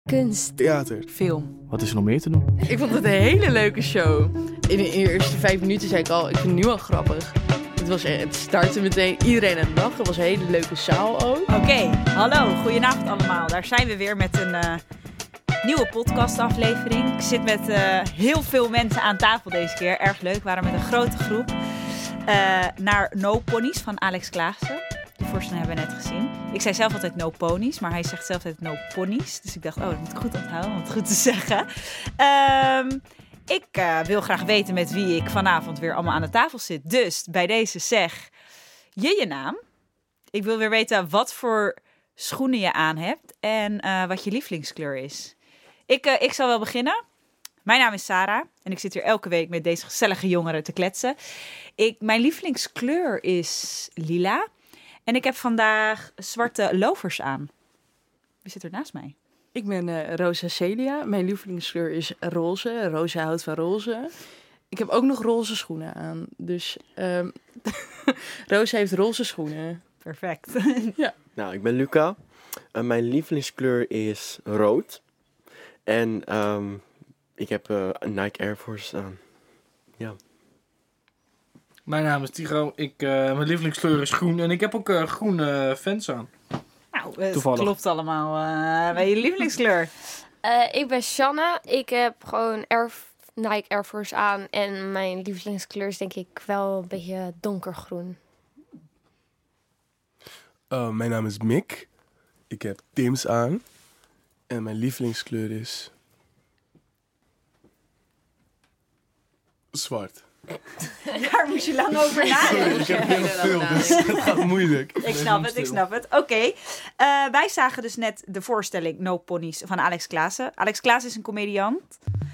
kunst, theater, film. Wat is er nog meer te doen? Ik vond het een hele leuke show. In de eerste 5 minuten zei ik al, ik vind het nu al grappig. Het startte meteen iedereen aan het lachen. Het was een hele leuke zaal ook. Oké, hallo, goedenavond allemaal. Daar zijn we weer met een nieuwe podcastaflevering. Ik zit met heel veel mensen aan tafel deze keer. Erg leuk, we waren met een grote groep. Naar No Ponies van Alex Klaassen. Die voorstelling hebben we net gezien. Ik zei zelf altijd No Ponies, maar hij zegt zelf altijd No Ponies. Dus ik dacht, dat moet ik goed onthouden om het goed te zeggen. Ik wil graag weten met wie ik vanavond weer allemaal aan de tafel zit. Dus bij deze zeg je naam. Ik wil weer weten wat voor schoenen je aan hebt en wat je lievelingskleur is. Ik zal wel beginnen. Mijn naam is Sarah en ik zit hier elke week met deze gezellige jongeren te kletsen. Mijn lievelingskleur is lila en ik heb vandaag zwarte loafers aan. Wie zit er naast mij? Ik ben Rosa Celia. Mijn lievelingskleur is roze. Rosa houdt van roze. Ik heb ook nog roze schoenen aan. Dus Rosa heeft roze schoenen. Perfect. Ja. Nou, ik ben Luca. Mijn lievelingskleur is rood. En ik heb Nike Air Force aan. Ja. Mijn naam is Tigo. Mijn lievelingskleur is groen. En ik heb ook groene Vans aan. Nou, het klopt allemaal bij je lievelingskleur. Ik ben Shanna. Ik heb gewoon Nike Air Force aan. En mijn lievelingskleur is denk ik wel een beetje donkergroen. Mijn naam is Mick. Ik heb Tim's aan. En mijn lievelingskleur is zwart. Daar moest je lang over nadenken. Ik heb heel veel, dus het gaat moeilijk. Ik snap het. Oké. Wij zagen dus net de voorstelling No Ponies van Alex Klaassen. Alex Klaassen is een comediant.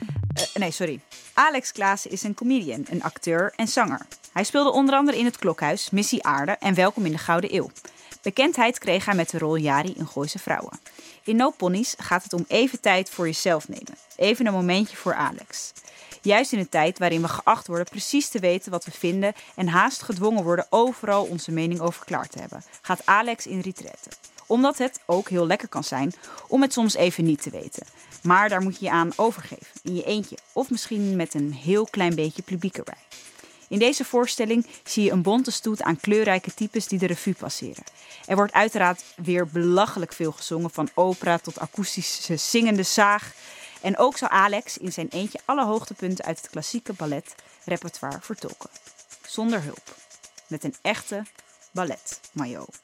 Alex Klaassen is een comedian, een acteur en zanger. Hij speelde onder andere in Het Klokhuis, Missie Aarde en Welkom in de Gouden Eeuw. Bekendheid kreeg hij met de rol Jari in Gooise Vrouwen. In No Ponies gaat het om even tijd voor jezelf nemen. Even een momentje voor Alex. Juist in een tijd waarin we geacht worden precies te weten wat we vinden en haast gedwongen worden overal onze mening over klaar te hebben, gaat Alex in retraite. Omdat het ook heel lekker kan zijn om het soms even niet te weten. Maar daar moet je je aan overgeven, in je eentje of misschien met een heel klein beetje publiek erbij. In deze voorstelling zie je een bonte stoet aan kleurrijke types die de revue passeren. Er wordt uiteraard weer belachelijk veel gezongen, van opera tot akoestische zingende zaag. En ook zal Alex in zijn eentje alle hoogtepunten uit het klassieke balletrepertoire vertolken. Zonder hulp. Met een echte balletmaillot.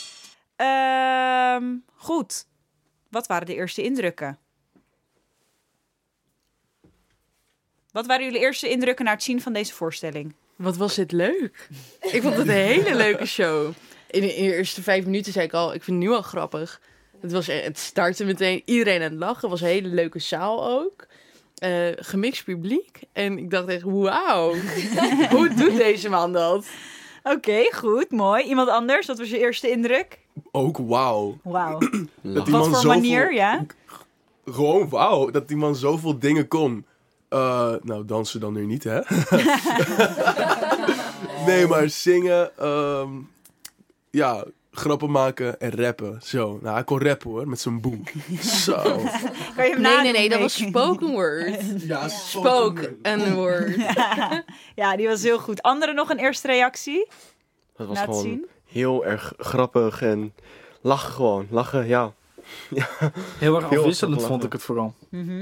Goed. Wat waren de eerste indrukken? Wat waren jullie eerste indrukken na het zien van deze voorstelling? Wat was dit leuk. Ik vond het een hele leuke show. In de eerste 5 minuten zei ik al, ik vind het nu al grappig. Het startte meteen iedereen aan het lachen. Het was een hele leuke zaal ook. Gemixt publiek. En ik dacht echt, wauw. Hoe doet deze man dat? Oké, goed, mooi. Iemand anders? Wat was je eerste indruk? Ook wauw. Wauw. Dat die Wat man voor zoveel, manier, ja? Gewoon wauw. Dat die man zoveel dingen kon. Nou, dansen dan weer niet, hè? Nee, maar zingen. Grappen maken en rappen. Zo. Nou, hij kon rappen hoor, met zijn boem. Zo. Kan je hem nadoen, Nee, dat Mick? was spoken word. Ja, Spoken word. Ja, die was heel goed. Anderen nog een eerste reactie? Dat was Laat gewoon zien. heel erg grappig en lachen gewoon. Lachen, ja. Heel erg Heel afwisselend erg vond ik het vooral.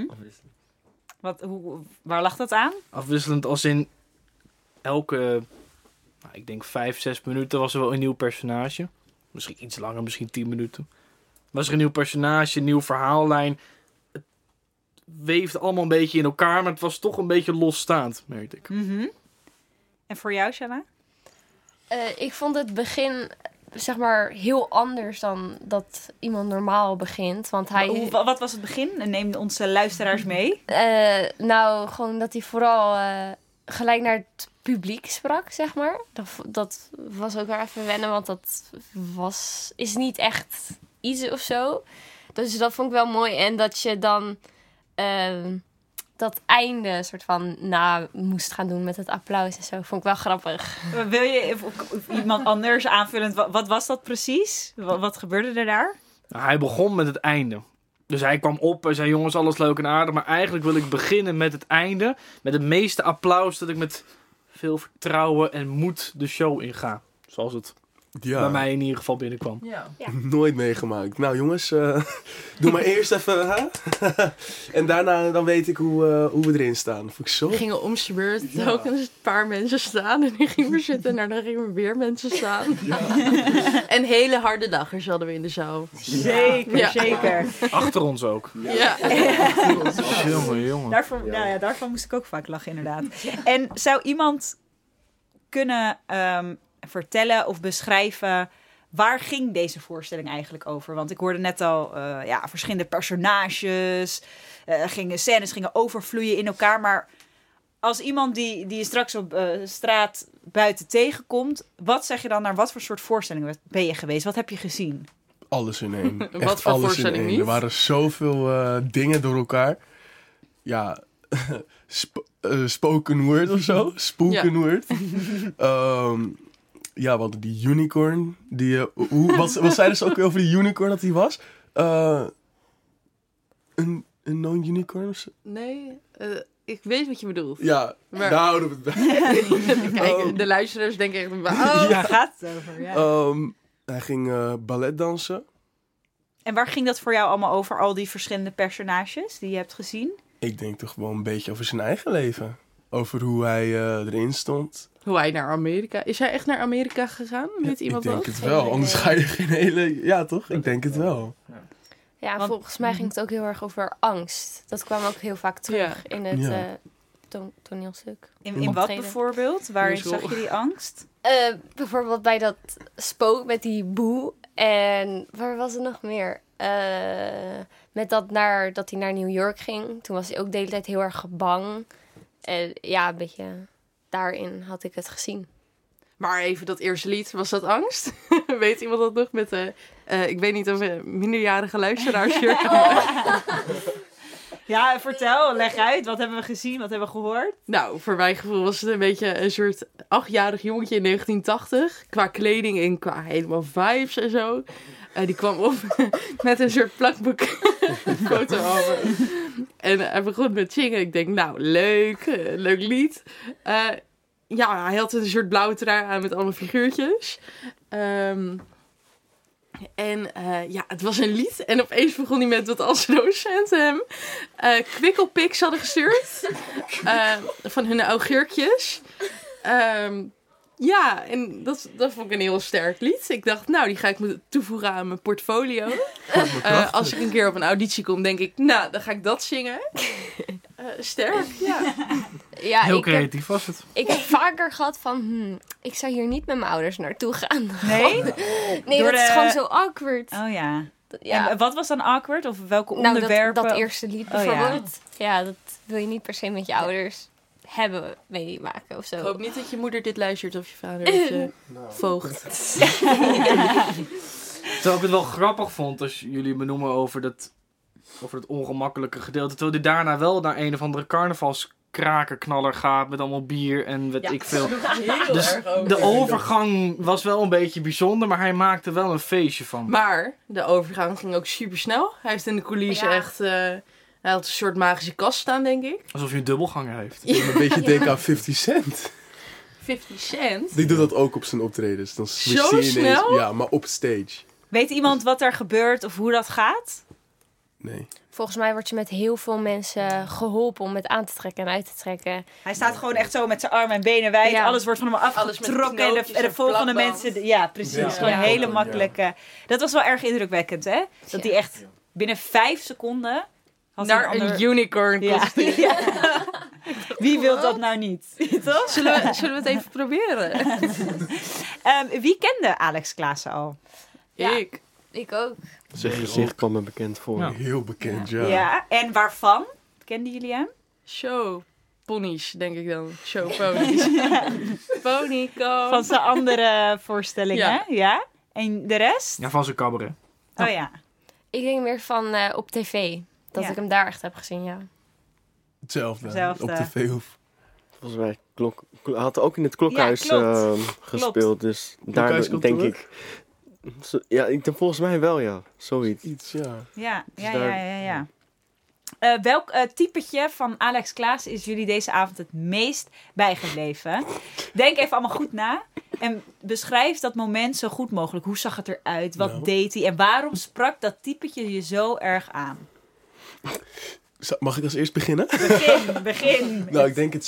Waar lag dat aan? Afwisselend als in elke, ik denk 5-6 minuten was er wel een nieuw personage. Misschien iets langer, misschien 10 minuten. Was er een nieuw personage, een nieuw verhaallijn. Het weefde allemaal een beetje in elkaar, maar het was toch een beetje losstaand, merkte ik. En voor jou, Shanna? Ik vond het begin zeg maar heel anders dan dat iemand normaal begint. Want hij... Wat was het begin? En neem onze luisteraars mee. Nou, gewoon dat hij vooral gelijk naar het publiek sprak, zeg maar. Dat was ook wel even wennen, want dat is niet echt iets of zo. Dus dat vond ik wel mooi. En dat je dan dat einde soort van moest gaan doen met het applaus en zo. Vond ik wel grappig. Wil je of iemand anders aanvullend? Wat was dat precies? Wat gebeurde er daar? Nou, hij begon met het einde. Dus hij kwam op en zei, jongens, alles leuk en aardig. Maar eigenlijk wil ik beginnen met het einde. Met het meeste applaus, dat ik met veel vertrouwen en moed de show inga. Zoals het bij mij in ieder geval binnenkwam. Ja. Nooit meegemaakt. Nou jongens, doe maar eerst even. Hè? En daarna dan weet ik hoe we erin staan. Vond ik zo... We gingen om zijn beurt telkens een paar mensen staan. En dan gingen we zitten en daarna gingen we weer mensen staan. En hele harde lachers hadden we in de zaal. Zeker, Ja. zeker. Achter ons ook. Ja. Jongen. Daarvan moest ik ook vaak lachen, inderdaad. En zou iemand kunnen vertellen of beschrijven... waar ging deze voorstelling eigenlijk over? Want ik hoorde net al verschillende personages... scènes gingen overvloeien in elkaar. Maar als iemand die je straks op straat buiten tegenkomt... wat zeg je dan, naar wat voor soort voorstelling ben je geweest? Wat heb je gezien? Alles in één. Wat Echt voor alles voorstelling in één. niet? Er waren zoveel dingen door elkaar. Ja, spoken word of zo. Spoken word. We hadden die unicorn. Wat zeiden ze ook weer over die unicorn dat die was? Een non-unicorn of zo? Nee, ik weet wat je bedoelt. Ja, Maar- daar houden we het bij. Kijk, de luisteraars denken echt... Waar gaat het over? Ja. Hij ging ballet dansen. En waar ging dat voor jou allemaal over? Al die verschillende personages die je hebt gezien? Ik denk toch gewoon een beetje over zijn eigen leven. Over hoe hij erin stond. Hoe hij naar Amerika... Is hij echt naar Amerika gegaan? Weet iemand ik denk dat? het wel, anders ga je geen hele... Ja, toch? Ik denk het wel. Ja, Want- volgens mij ging het ook heel erg over angst. Dat kwam ook heel vaak terug in het Ja. toneelstuk. In wat Optreden. bijvoorbeeld? Waarin Musical. zag je die angst? Bijvoorbeeld bij dat spook met die boe. En waar was het nog meer? Met dat hij naar New York ging. Toen was hij ook de hele tijd heel erg bang. Ja, een beetje daarin had ik het gezien. Maar even dat eerste lied, was dat angst? Weet iemand dat nog? Met ik weet niet of minderjarige luisteraars hier. Ja, vertel, leg uit. Wat hebben we gezien? Wat hebben we gehoord? Nou, voor mijn gevoel was het een beetje een soort 8-jarig jongetje in 1980. Qua kleding en qua helemaal vibes en zo. Die kwam op met een soort plakboek fotoalbum. En hij begon met zingen. Ik denk, nou, leuk lied. Hij had een soort blauwe trui aan met allemaal figuurtjes. Het was een lied. En opeens begon hij met dat als docenten hem kwikkelpics hadden gestuurd. Van hun augurkjes. En dat vond ik een heel sterk lied. Ik dacht, nou, die ga ik toevoegen aan mijn portfolio. Als ik een keer op een auditie kom, denk ik, nou, dan ga ik dat zingen. Sterk, ja. Ja, Heel ik heb, creatief was het. ik heb vaker gehad van... ik zou hier niet met mijn ouders naartoe gaan. Nee? Nee, Door dat is de- gewoon zo awkward. Oh ja. Ja. En wat was dan awkward? Of welke Nou, onderwerpen? dat eerste lied Oh, ja. bijvoorbeeld. Ja, dat wil je niet per se met je ouders hebben meemaken of Ik zo. hoop niet dat je moeder dit luistert of je vader of je voogd. Terwijl ik het wel grappig vond als jullie benoemen over het ongemakkelijke gedeelte. Terwijl hij daarna wel naar een of andere carnavalskrakerknaller gaat met allemaal bier en weet ik veel. Dus de overgang was wel een beetje bijzonder, maar hij maakte wel een feestje van. Maar de overgang ging ook super snel. Hij heeft in de coulissen Ja. echt... hij had een soort magische kast staan, denk ik. Alsof hij een dubbelganger heeft. Ik moet een beetje denken aan 50 Cent. 50 Cent. Die doet dat ook op zijn optredens. Dan switcht Zo hij ineens. snel? Ja, maar op stage. Weet iemand wat er gebeurt of hoe dat gaat? Nee. Volgens mij word je met heel veel mensen geholpen om het aan te trekken en uit te trekken. Hij staat gewoon echt zo met zijn armen en benen wijd. Ja. Alles wordt van hem Alles met afgetrokken. En knoopjes de en volgende plakband. mensen... Ja, precies. Ja. Gewoon Ja. hele Ja. makkelijke... Dat was wel erg indrukwekkend, hè? Dat hij echt binnen 5 seconden... had hij Naar een ander- een unicorn Ja. kostuum. Ja. Wie wil dat nou niet? Toch? Zullen we het even proberen? Wie kende Alex Klaassen al? Ja. Ik. ook. Zijn gezicht kwam me bekend voor. Ja. Heel bekend, ja. Ja. En waarvan? Kenden jullie hem? Show. Ponies, denk ik dan. Show ponies. Ponyco. Van zijn andere voorstellingen, Ja. ja? En de rest? Ja, van zijn cabaret. Oh ja. Ik denk meer van op tv. Dat Ja. ik hem daar echt heb gezien, ja. Hetzelfde. Op tv hoef. Volgens mij hij had ook in het klokhuis Ja, klopt. gespeeld. Dus Klokhuis daardoor denk komt ik Ja, volgens mij wel, ja. Zoiets. Iets, ja. Ja. daar- Welk typetje van Alex Klaas is jullie deze avond het meest bijgebleven? Denk even allemaal goed na. En beschrijf dat moment zo goed mogelijk. Hoe zag het eruit? Wat Nou. deed hij? En waarom sprak dat typetje je zo erg aan? Mag ik als eerst beginnen? Begin. Nou, ik denk het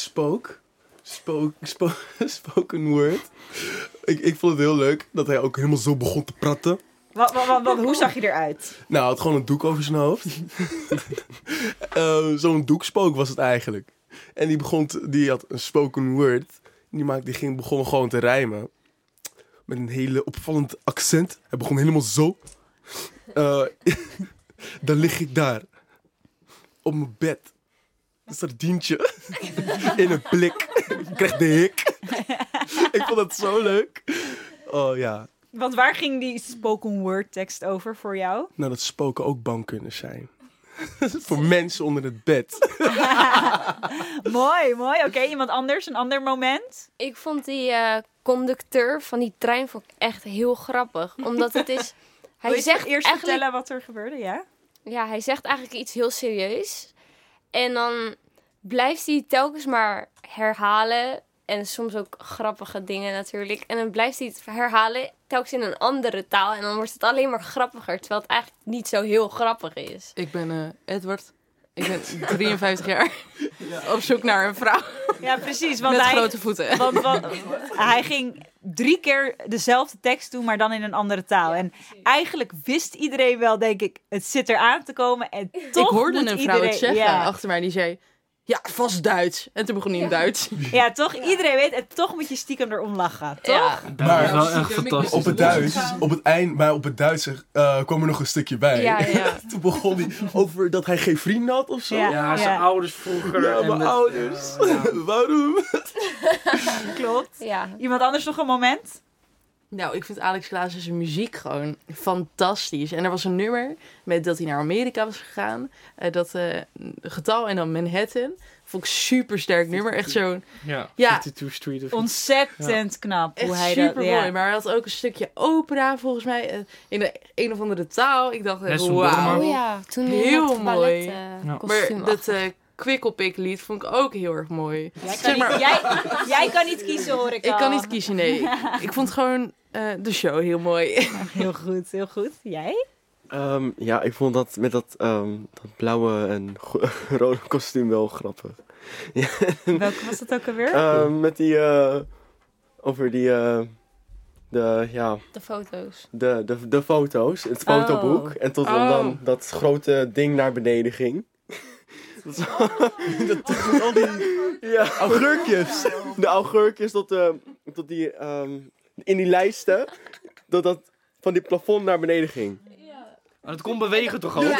spoken word. Ik vond het heel leuk dat hij ook helemaal zo begon te praten. Hoe zag je eruit? Nou, hij had gewoon een doek over zijn hoofd. Zo'n doekspook was het eigenlijk. En die had een spoken word. Begon gewoon te rijmen. Met een hele opvallend accent. Hij begon helemaal zo. Dan lig ik daar. Op mijn bed. Een sardientje. In een blik. Ik krijg de hik. Ik vond dat zo leuk. Oh ja. Want waar ging die spoken word tekst over voor jou? Nou, dat spoken ook bang kunnen zijn. Voor mensen onder het bed. Mooi. Oké, iemand anders? Een ander moment? Ik vond die conducteur van die trein vond ik echt heel grappig. Omdat het is... Wil je zegt eerst eigenlijk, vertellen wat er gebeurde, ja? ja, hij zegt eigenlijk iets heel serieus. En dan blijft hij telkens maar herhalen. En soms ook grappige dingen natuurlijk. En dan blijft hij het herhalen, telkens in een andere taal. En dan wordt het alleen maar grappiger. Terwijl het eigenlijk niet zo heel grappig is. Ik ben Edward. Ik ben 53 jaar. Op zoek naar een vrouw Ja, precies. Want met hij, grote voeten. want hij ging 3 keer dezelfde tekst doen, maar dan in een andere taal. En eigenlijk wist iedereen wel, denk ik, het zit eraan te komen. En toch Ik hoorde moet een vrouw iedereen, het zeggen ja, achter mij. Die zei, ja, vast Duits. En toen begon hij in Duits. ja, toch? Iedereen weet, en toch moet je stiekem erom lachen, toch? Ja. Dat Maar is wel echt fantastisch. Op het Duits, op het Duits kwam er nog een stukje bij. Ja. Toen begon hij over dat hij geen vrienden had of zo. Ja. Ja, zijn ouders vroeger. Ja, en mijn dat- ouders. ja. Waarom? Klopt. Ja. Iemand anders nog een moment? Nou, ik vind Alex Klaas zijn muziek gewoon fantastisch. En er was een nummer met dat hij naar Amerika was gegaan. Dat getal en dan Manhattan. Vond ik super sterk nummer. Echt zo'n... Ja, Ja. 52 Street of Ontzettend knap hoe Echt hij super dat... mooi. Ja. Maar hij had ook een stukje opera volgens mij. In een of andere taal. Ik dacht, Nessun wauw. Dorma. Oh ja, toen Heel dat mooi. ballet, Ja. kostuum Maar dat Kwikkelpik lied vond ik ook heel erg mooi. Jij kan niet kiezen, hoor ik Ik al. kan niet kiezen, nee. Ik vond gewoon de show heel mooi. Heel goed, heel goed. Jij? Ja, ik vond dat met dat blauwe en rode kostuum wel grappig. Welke was dat ook alweer? Met die, over die, de foto's. de foto's, het fotoboek. En tot dan dat grote ding naar beneden ging. Al die Ja, augurkjes. de augurkjes tot die, in die lijsten, dat van die plafond naar beneden ging. Maar het kon bewegen toch ook?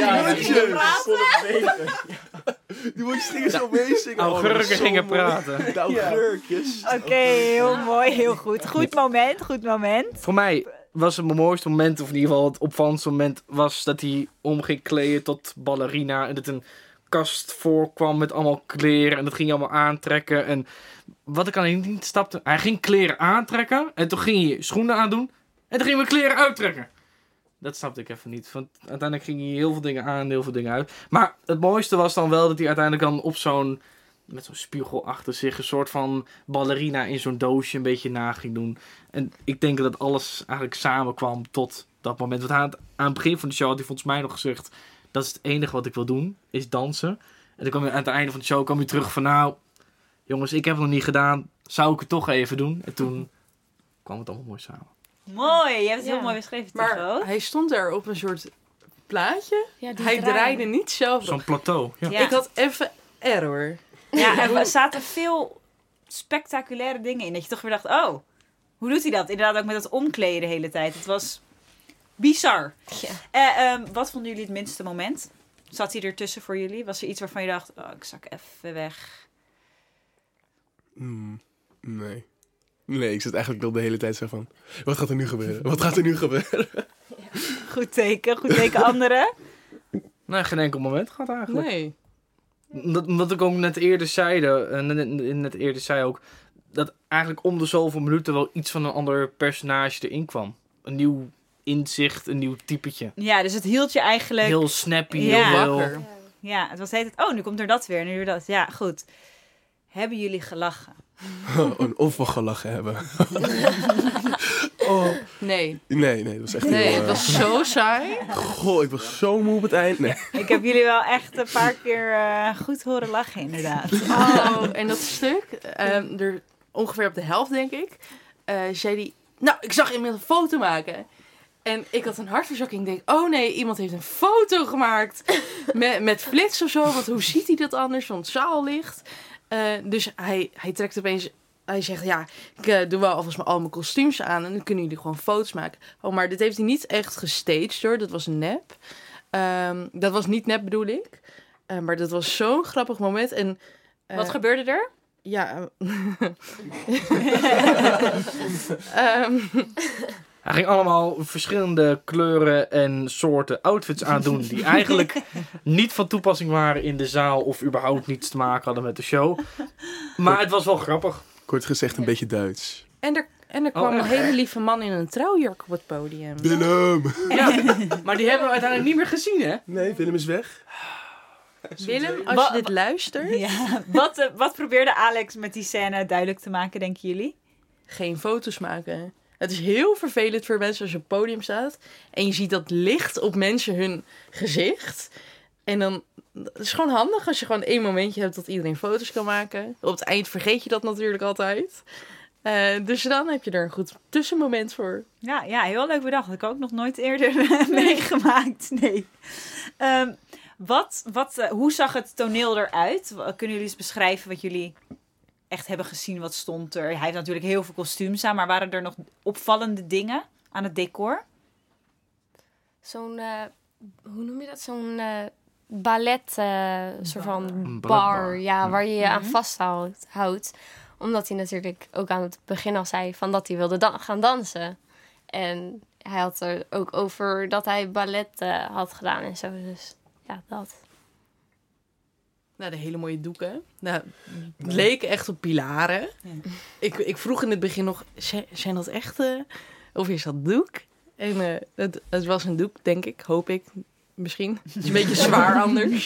Die moet je dingen zo meezingen. Augurken Zo gingen mooi. praten. De augurkjes. Oké, heel mooi, heel goed. Goed moment. Voor mij was het mijn mooiste moment, of in ieder geval het opvallendste moment, was dat hij om ging kleden tot ballerina. En dat een kast voorkwam met allemaal kleren. En dat ging hij allemaal aantrekken. En wat ik alleen niet stapte, hij ging kleren aantrekken. En toen ging hij schoenen aandoen. En toen ging hij kleren uittrekken. Dat snapte ik even niet. Want uiteindelijk ging hij heel veel dingen aan en heel veel dingen uit. Maar het mooiste was dan wel dat hij uiteindelijk dan op met zo'n spiegel achter zich een soort van ballerina in zo'n doosje een beetje na ging doen. En ik denk dat alles eigenlijk samenkwam tot dat moment. Want aan het begin van de show had hij volgens mij nog gezegd, dat is het enige wat ik wil doen, is dansen. En dan kwam hij aan het einde van de show terug van, nou, jongens, ik heb het nog niet gedaan. Zou ik het toch even doen? En toen kwam het allemaal mooi samen. Mooi, je hebt het heel Ja. mooi beschreven, Maar Tigo. hij stond daar op een soort plaatje. Ja, die Hij draai. draaide niet zelf. Zo'n plateau. Ja. Ja. Ik had even error. Ja, en er zaten veel spectaculaire dingen in. Dat je toch weer dacht, oh, hoe doet hij dat? Inderdaad ook met dat omkleden de hele tijd. Het was bizar. Ja. Wat vonden jullie het minste moment? Zat hij ertussen voor jullie? Was er iets waarvan je dacht, oh, ik zak even weg? Nee. Nee, ik zit eigenlijk al de hele tijd zo van, wat gaat er nu gebeuren? Wat gaat er nu gebeuren? Goed teken anderen. Nee, geen enkel moment gehad eigenlijk. Nee. Wat ik ook net eerder zei ook, dat eigenlijk om de zoveel minuten wel iets van een ander personage erin kwam. Een nieuw inzicht, een nieuw typetje. Ja, dus het hield je eigenlijk... Heel snappy, Ja. heel... Wakker. Ja, het was de hele tijd, nu komt er dat weer, nu weer dat. Ja, goed. Hebben jullie gelachen? Of we gelachen hebben. Oh, Nee. nee, dat was echt Nee, heel... het was zo saai. Goh, ik was zo moe op het eind. Nee. Ik heb jullie wel echt een paar keer goed horen lachen, inderdaad. Oh, en dat stuk, er ongeveer op de helft, denk ik, zei hij... Nou, ik zag iemand een foto maken. En ik had een hartverzakking. Ik denk, oh nee, iemand heeft een foto gemaakt. met flits of zo. Want hoe ziet hij dat anders? Want zaallicht. Dus hij trekt opeens... Hij zegt, ja, ik doe wel alvast al mijn kostuums aan. En dan kunnen jullie gewoon foto's maken. Oh, maar dit heeft hij niet echt gestaged hoor. Dat was nep. Dat was niet nep bedoel ik. Maar dat was zo'n grappig moment. En, Wat gebeurde er? ja. Hij ging allemaal verschillende kleuren en soorten outfits aandoen die eigenlijk niet van toepassing waren in de zaal of überhaupt niets te maken hadden met de show. Maar het was wel grappig. Kort gezegd een beetje Duits. En er kwam een hele lieve man in een trouwjurk op het podium. Willem! Ja, maar die hebben we uiteindelijk niet meer gezien, hè? Nee, Willem is weg. Willem, als je dit luistert, Ja. Wat probeerde Alex met die scène duidelijk te maken, denken jullie? geen foto's maken. Het is heel vervelend voor mensen als je op het podium staat en je ziet dat licht op mensen hun gezicht. En dan, het is gewoon handig als je gewoon één momentje hebt dat iedereen foto's kan maken. Op het eind vergeet je dat natuurlijk altijd. Dus dan heb je er een goed tussenmoment voor. Ja, heel leuk bedacht. Dat heb ik ook nog nooit eerder meegemaakt. Nee. Hoe zag het toneel eruit? Kunnen jullie eens beschrijven wat jullie echt hebben gezien? Wat stond er? Hij heeft natuurlijk heel veel kostuums aan, maar waren er nog opvallende dingen aan het decor? Zo'n, hoe noem je dat? Zo'n ballet, soort van Een bar. balletbar. Ja, waar je je aan Mhm. vasthoudt. Omdat hij natuurlijk ook aan het begin al zei van dat hij wilde gaan dansen. En hij had er ook over dat hij ballet had gedaan en zo. Dus ja, dat. Nou, de hele mooie doeken. Nou, het leken echt op pilaren. Ja. Ik vroeg in het begin nog, zijn dat echte? Of is dat doek? En het was een doek, denk ik. Hoop ik. Misschien. Het is een beetje zwaar anders.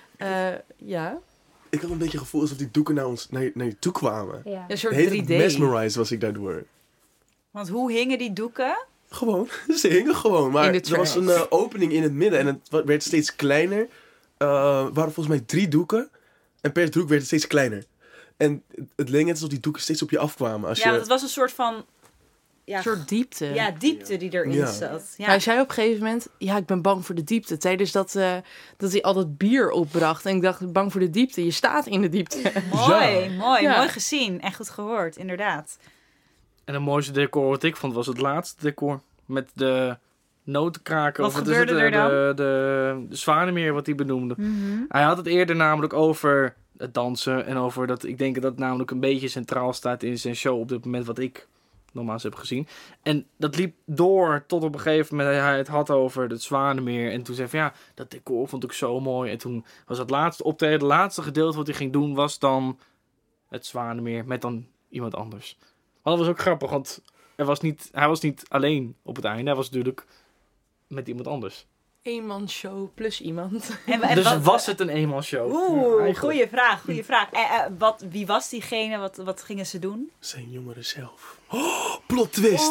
Ja. Ik had een beetje het gevoel alsof die doeken naar je toe kwamen. Ja. Een soort De hele 3D. tijd mesmerized was ik daardoor. Want hoe hingen die doeken? Gewoon, ze hingen gewoon. Maar In de er was een opening in het midden en het werd steeds kleiner. Er waren volgens mij 3 doeken. En per doek werd het steeds kleiner. En het leek net alsof die doeken steeds op je afkwamen. Als Ja, je... want het was een soort van Een soort diepte. ja, diepte die erin Ja. zat. Ja. Hij zei op een gegeven moment, ja, ik ben bang voor de diepte. Tijdens dat hij al dat bier opbracht. En ik dacht, bang voor de diepte. Je staat in de diepte. Mooi, Ja. mooi gezien. En goed gehoord, inderdaad. En het mooiste decor wat ik vond was het laatste decor. Met de notenkraken. Wat of gebeurde er dan? De Zwanemeer wat hij benoemde. Hij had het eerder namelijk over het dansen. En over dat, ik denk dat het namelijk een beetje centraal staat in zijn show op dit moment wat ik nogmaals heb gezien. En dat liep door tot op een gegeven moment hij het had over het Zwanemeer. En toen zei hij van ja, dat decor vond ik zo mooi. En toen was het laatste optreden, het laatste gedeelte wat hij ging doen was dan het Zwanemeer met dan iemand anders. Maar dat was ook grappig, want hij was niet alleen op het einde. Hij was natuurlijk met iemand anders. Eenmansshow plus iemand. En Dus wat- was het een eenmanshow? Oeh, Eigenlijk. goeie vraag. Wie was diegene? Wat gingen ze doen? Zijn jongeren zelf. Oh, plot twist!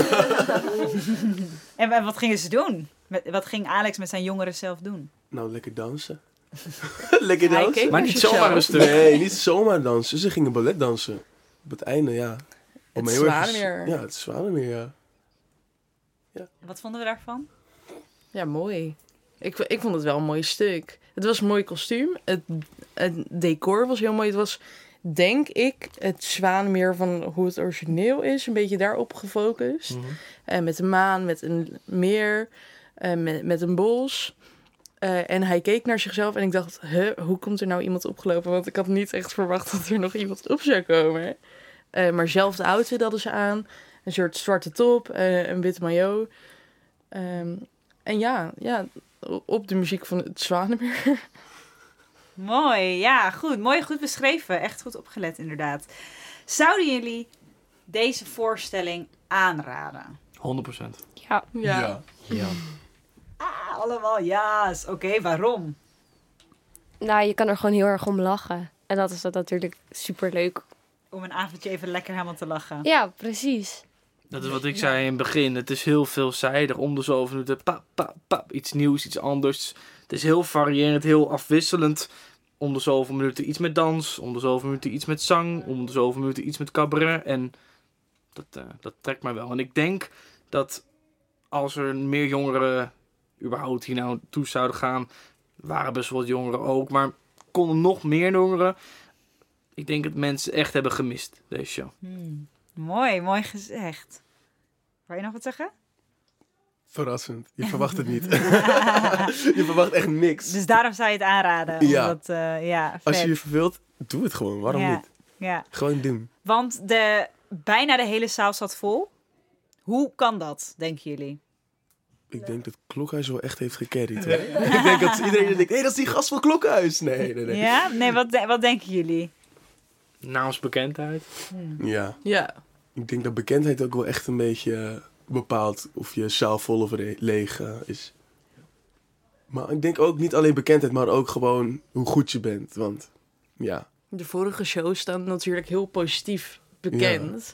En wat gingen ze doen? Wat ging Alex met zijn jongeren zelf doen? Nou, lekker dansen. Lekker Hij dansen. keek Maar naar niet zichzelf. zomaar een stuk. Nee, niet zomaar dansen. Ze gingen ballet dansen. Op het einde, ja. Om Het heel erg- Zwanemeer. Ja, het Zwanemeer, ja. Wat vonden we daarvan? Ja, mooi. Ik vond het wel een mooi stuk. Het was een mooi kostuum. Het decor was heel mooi. Het was, denk ik, het Zwanemeer van hoe het origineel is. Een beetje daarop gefocust. Met een maan, met een meer, met een bos. En hij keek naar zichzelf en ik dacht, hoe komt er nou iemand opgelopen? Want ik had niet echt verwacht dat er nog iemand op zou komen. Maar zelfde outfit hadden ze aan. Een soort zwarte top, een witte maillot. En ja, op de muziek van het Zwanemeer. Mooi, ja, goed. Mooi, goed beschreven. Echt goed opgelet, inderdaad. Zouden jullie deze voorstelling aanraden? 100%. Ja. Ja. Ja. Allemaal ja's. Oké, waarom? Nou, je kan er gewoon heel erg om lachen. En dat is natuurlijk superleuk. Om een avondje even lekker helemaal te lachen. Ja, precies. Dat is wat ik zei in het begin. Het is heel veelzijdig. Om de zoveel minuten, pap. Iets nieuws, iets anders. Het is heel variërend, heel afwisselend. Om de zoveel minuten iets met dans. Om de zoveel minuten iets met zang. Om de zoveel minuten iets met cabaret. En dat trekt mij wel. En ik denk dat als er meer jongeren überhaupt hier nou toe zouden gaan. Waren best wel wat jongeren ook. Maar konden nog meer jongeren. Ik denk dat mensen echt hebben gemist, deze show. Mooi gezegd. Wou je nog wat zeggen? Verrassend. Je verwacht het niet. Je verwacht echt niks. Dus daarom zou je het aanraden. Ja. Omdat, vet. Als je je verveelt, doe het gewoon. Waarom niet? Ja. Gewoon doen. Want bijna de hele zaal zat vol. Hoe kan dat, denken jullie? Ik denk dat Klokhuis wel echt heeft gecarried. Hè? Ik denk dat iedereen denkt, hé, dat is die gast van Klokhuis. Nee. Ja? Nee, wat denken jullie? Naamsbekendheid. Ja. Ja. Ik denk dat bekendheid ook wel echt een beetje bepaalt of je zaal vol of leeg is. Maar ik denk ook niet alleen bekendheid, maar ook gewoon hoe goed je bent. Want ja, De vorige shows staan natuurlijk heel positief bekend.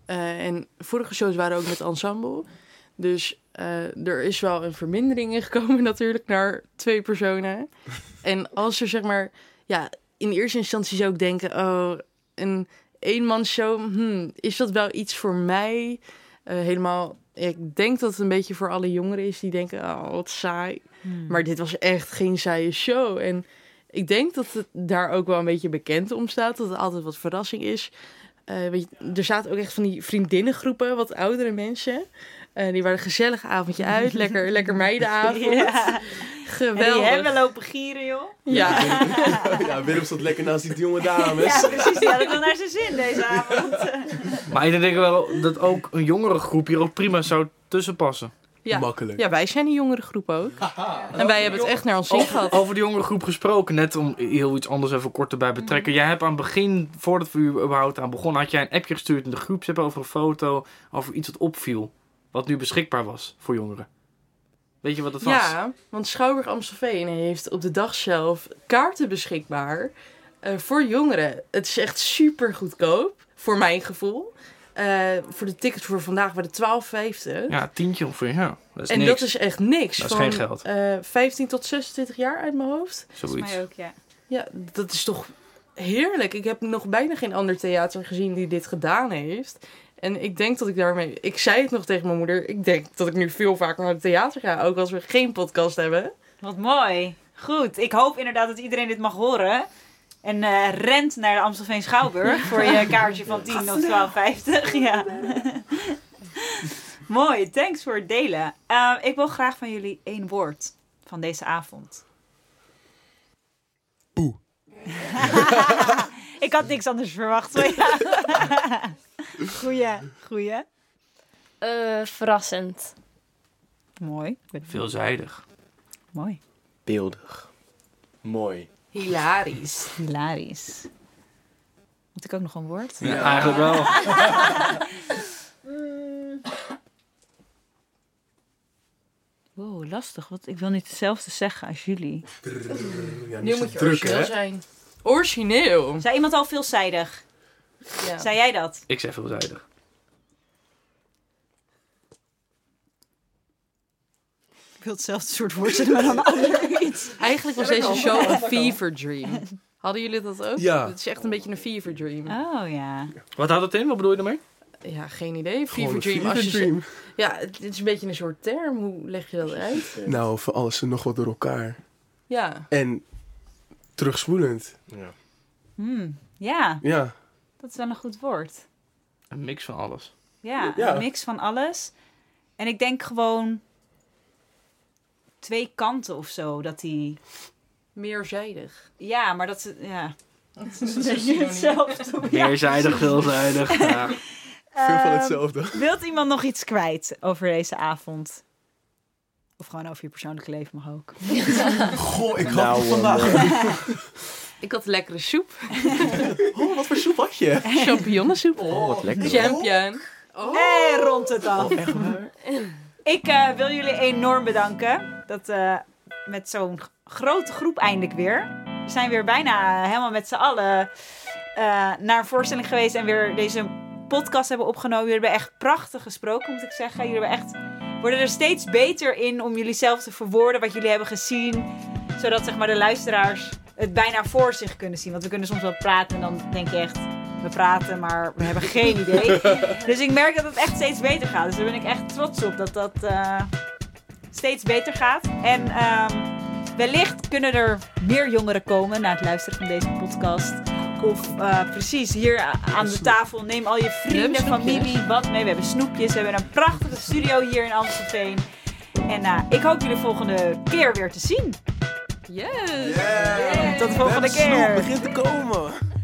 En vorige shows waren ook met ensemble. Dus er is wel een vermindering in gekomen natuurlijk naar 2 personen. En als er zeg maar... Ja, in eerste instantie zou ik denken... Oh, een eenmansshow, is dat wel iets voor mij? Helemaal... Ik denk dat het een beetje voor alle jongeren is die denken... Oh, wat saai. Maar dit was echt geen saaie show. En ik denk dat het daar ook wel een beetje bekend om staat. Dat het altijd wat verrassing is. Weet je, er zaten ook echt van die vriendinnengroepen, wat oudere mensen. Die waren een gezellig avondje uit. Lekker meidenavond. Ja. Geweldig. En die hebben lopen gieren, joh. Ja. ja, Willem stond lekker naast die jonge dames. Ja, precies. Die had het wel naar zijn zin deze avond. Maar ik denk wel dat ook een jongere groep hier ook prima zou tussen passen. Ja. Makkelijk. Ja, wij zijn een jongere groep ook. En wij hebben het echt naar ons zin gehad. Over de jongere groep gesproken, net om heel iets anders even kort erbij betrekken. Jij hebt aan het begin, voordat we überhaupt aan begonnen, had jij een appje gestuurd in de groep over een foto, over iets wat opviel. Wat nu beschikbaar was voor jongeren. Weet je wat het was? Ja, want Schouwburg Amstelveen heeft op de dag zelf kaarten beschikbaar voor jongeren. Het is echt super goedkoop, voor mijn gevoel. Voor de tickets voor vandaag waren de €12,50. Ja, tientje ongeveer, ja. Dat is En niks. dat is echt niks. Dat is geen geld. 15 tot 26 jaar uit mijn hoofd. Zoiets. Mij ook, ja. Ja, dat is toch heerlijk. Ik heb nog bijna geen ander theater gezien die dit gedaan heeft. En ik denk dat ik daarmee... Ik zei het nog tegen mijn moeder. Ik denk dat ik nu veel vaker naar het theater ga. Ook als we geen podcast hebben. Wat mooi. Goed. Ik hoop inderdaad dat iedereen dit mag horen. En rent naar de Amstelveen Schouwburg voor je kaartje van 10 of 12,50. Ja. Mooi. Thanks voor het delen. Ik wil graag van jullie 1 woord van deze avond. Poe. Ik had niks anders verwacht. Maar ja. Goeie. Verrassend. Mooi. Veelzijdig. Mooi. Beeldig. Mooi. Hilarisch. Hilarisch. Moet ik ook nog een woord? Ja, eigenlijk wel. Wow, lastig. Want ik wil niet hetzelfde zeggen als jullie. Ja, Nu zo moet je druk, origineel hè? zijn. Origineel. Zei iemand al veelzijdig? Ja. Zei jij dat? Ik zeg veelzijdig. Ik wil hetzelfde soort woord zeggen, maar dan ander iets. Eigenlijk was deze show een fever dream. Hadden jullie dat ook? Ja. Het is echt een beetje een fever dream. Oh ja. Wat houdt het in? Wat bedoel je ermee? Ja, geen idee. Gewoon Fever een dream. Als je fever dream. Ja, het is een beetje een soort term. Hoe leg je dat uit? Nou, van alles en nog wat door elkaar. Ja. En terugspoelend. Ja. Ja, Ja. dat is wel een goed woord. Een mix van alles. Ja, Ja. een mix van alles. En ik denk gewoon 2 kanten of zo. Dat die... Meerzijdig. Ja, maar dat... Ja. Dat is hetzelfde. Meerzijdig, veelzijdig. Ja. Veel van hetzelfde. Wilt iemand nog iets kwijt over deze avond? Of gewoon over je persoonlijke leven mag ook. Goh, ik had Nou, het vandaag. Ik had lekkere soep. Oh, wat voor soep had je? Champignonsoep. Oh, wat lekker. Champion. En rond het af. Echt waar? Ik wil jullie enorm bedanken. Dat met zo'n grote groep eindelijk weer. We zijn weer bijna helemaal met z'n allen naar een voorstelling geweest. En weer deze podcast hebben opgenomen. Jullie hebben echt prachtig gesproken, moet ik zeggen. Jullie hebben echt, worden er steeds beter in om jullie zelf te verwoorden wat jullie hebben gezien. Zodat zeg maar, de luisteraars het bijna voor zich kunnen zien. Want we kunnen soms wel praten en dan denk je echt... We praten, maar we hebben geen idee. Dus ik merk dat het echt steeds beter gaat. Dus daar ben ik echt trots op dat dat steeds beter gaat. En wellicht kunnen er meer jongeren komen na het luisteren van deze podcast. Of precies hier aan de tafel. Neem al je vrienden, familie, wat mee. We hebben snoepjes. We hebben een prachtige studio hier in Amstelveen. En ik hoop jullie volgende keer weer te zien. Yes! Yeah. Tot de volgende keer. Snoep begint te komen.